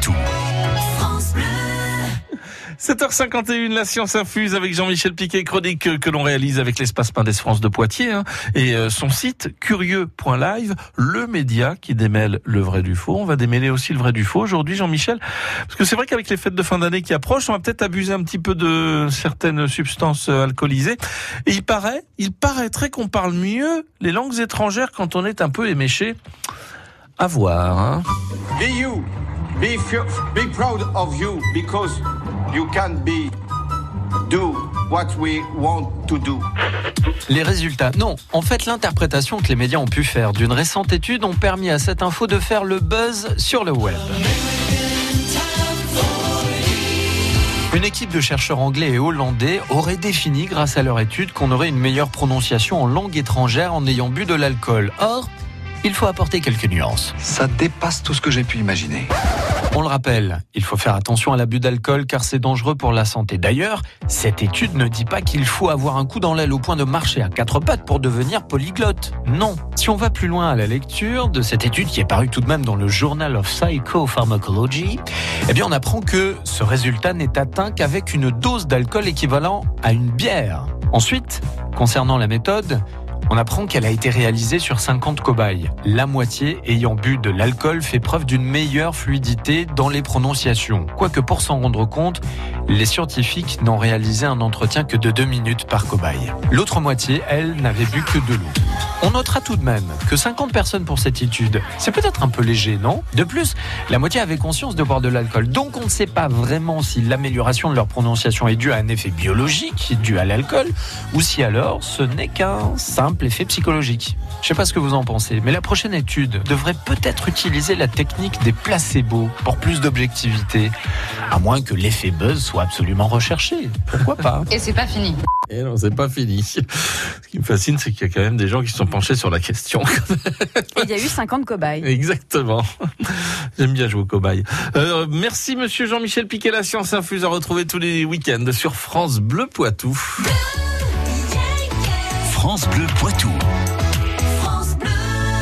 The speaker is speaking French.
Poitou. 7h51, la science infuse avec Jean-Michel Piquet, chronique que l'on réalise avec l'espace Mendes France de Poitiers, et son site curieux.live, le média qui démêle le vrai du faux. On va démêler aussi le vrai du faux aujourd'hui, Jean-Michel, parce que c'est vrai qu'avec les fêtes de fin d'année qui approchent, on va peut-être abuser un petit peu de certaines substances alcoolisées. Et il paraîtrait qu'on parle mieux les langues étrangères quand on est un peu éméché. À voir. Be you. Be proud of you because you can do what we want to do. Les résultats, non. En fait, l'interprétation que les médias ont pu faire d'une récente étude ont permis à cette info de faire le buzz sur le web. Une équipe de chercheurs anglais et hollandais aurait défini, grâce à leur étude, qu'on aurait une meilleure prononciation en langue étrangère en ayant bu de l'alcool. Or, il faut apporter quelques nuances. Ça dépasse tout ce que j'ai pu imaginer. On le rappelle, il faut faire attention à l'abus d'alcool car c'est dangereux pour la santé. D'ailleurs, cette étude ne dit pas qu'il faut avoir un coup dans l'aile au point de marcher à quatre pattes pour devenir polyglotte. Non. Si on va plus loin à la lecture de cette étude qui est parue tout de même dans le Journal of Psychopharmacology, eh bien on apprend que ce résultat n'est atteint qu'avec une dose d'alcool équivalent à une bière. Ensuite, concernant la méthode, on apprend qu'elle a été réalisée sur 50 cobayes. La moitié ayant bu de l'alcool fait preuve d'une meilleure fluidité dans les prononciations. Quoique pour s'en rendre compte, les scientifiques n'ont réalisé un entretien que de 2 minutes par cobaye. L'autre moitié, elle, n'avait bu que de l'eau. On notera tout de même que 50 personnes pour cette étude, c'est peut-être un peu léger, non ? De plus, la moitié avait conscience de boire de l'alcool. Donc on ne sait pas vraiment si l'amélioration de leur prononciation est due à un effet biologique, dû à l'alcool, ou si alors ce n'est qu'un simple effet psychologique. Je ne sais pas ce que vous en pensez, mais la prochaine étude devrait peut-être utiliser la technique des placebos pour plus d'objectivité. À moins que l'effet buzz soit absolument recherché. Pourquoi pas ? Et c'est pas fini. Et non, c'est pas fini. Ce qui me fascine, c'est qu'il y a quand même des gens qui se sont penchés sur la question. Et il y a eu 50 cobayes. Exactement. J'aime bien jouer aux cobayes. Merci monsieur Jean-Michel Piquet, la science infuse à retrouver tous les week-ends sur France Bleu Poitou. France Bleu Poitou.